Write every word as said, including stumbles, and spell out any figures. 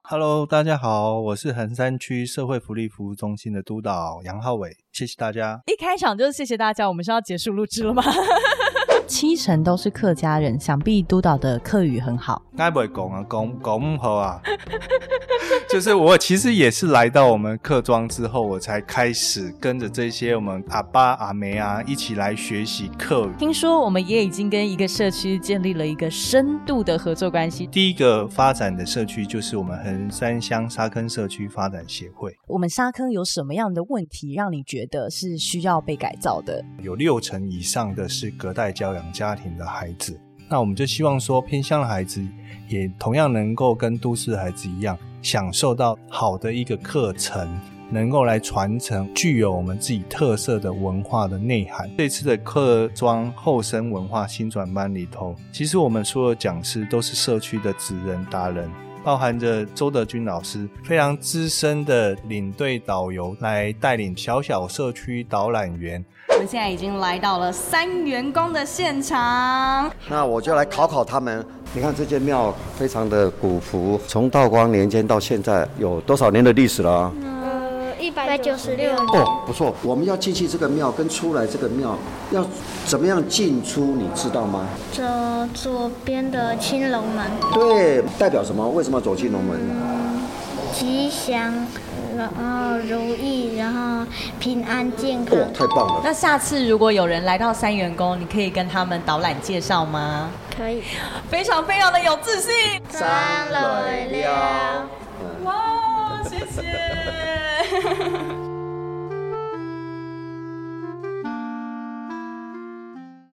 Hello， 大家好，我是衡山区社会福利服务中心的督导杨浩伟，谢谢大家。 一开场就是谢谢大家，我们是要结束录制了吗？ 七成都是客家人，想必督导的客语很好。 该不会讲啊，讲讲不好啊。就是我其实也是来到我们客庄之后，我才开始跟着这些我们阿爸阿妹啊一起来学习客语。 听说我们也已经跟一个社区建立了一个深度的合作关系。 第一个发展的社区就是我们衡山乡沙坑社区发展协会。 我们沙坑有什么样的问题让你觉得是需要被改造的？ 有六成以上的是隔代教养家庭的孩子，那我们就希望说偏乡的孩子也同样能够跟都市的孩子一样享受到好的一个课程，能够来传承具有我们自己特色的文化的内涵。这次的客庄后生文化新转班里头，其实我们所有讲师都是社区的职人达人，包含着周德军老师非常资深的领队导游来带领小小社区导览员。 我们现在已经来到了三员工的现场， 那我就来考考他们。你看这间庙非常的古朴，从道光年间到现在有多少年的历史了啊？ 呃，一百九十六年。 哦，不错。我们要进去这个庙跟出来这个庙要怎么样进出，你知道吗？ 走左边的青龙门。 对，代表什么？为什么要走青龙门？ 吉祥，然后如意，然后平安健康。 哦，太棒了！ 那下次如果有人来到三员工，你可以跟他们导览介绍吗？ 可以。 非常非常的有自信。 三来了。 哇，谢谢。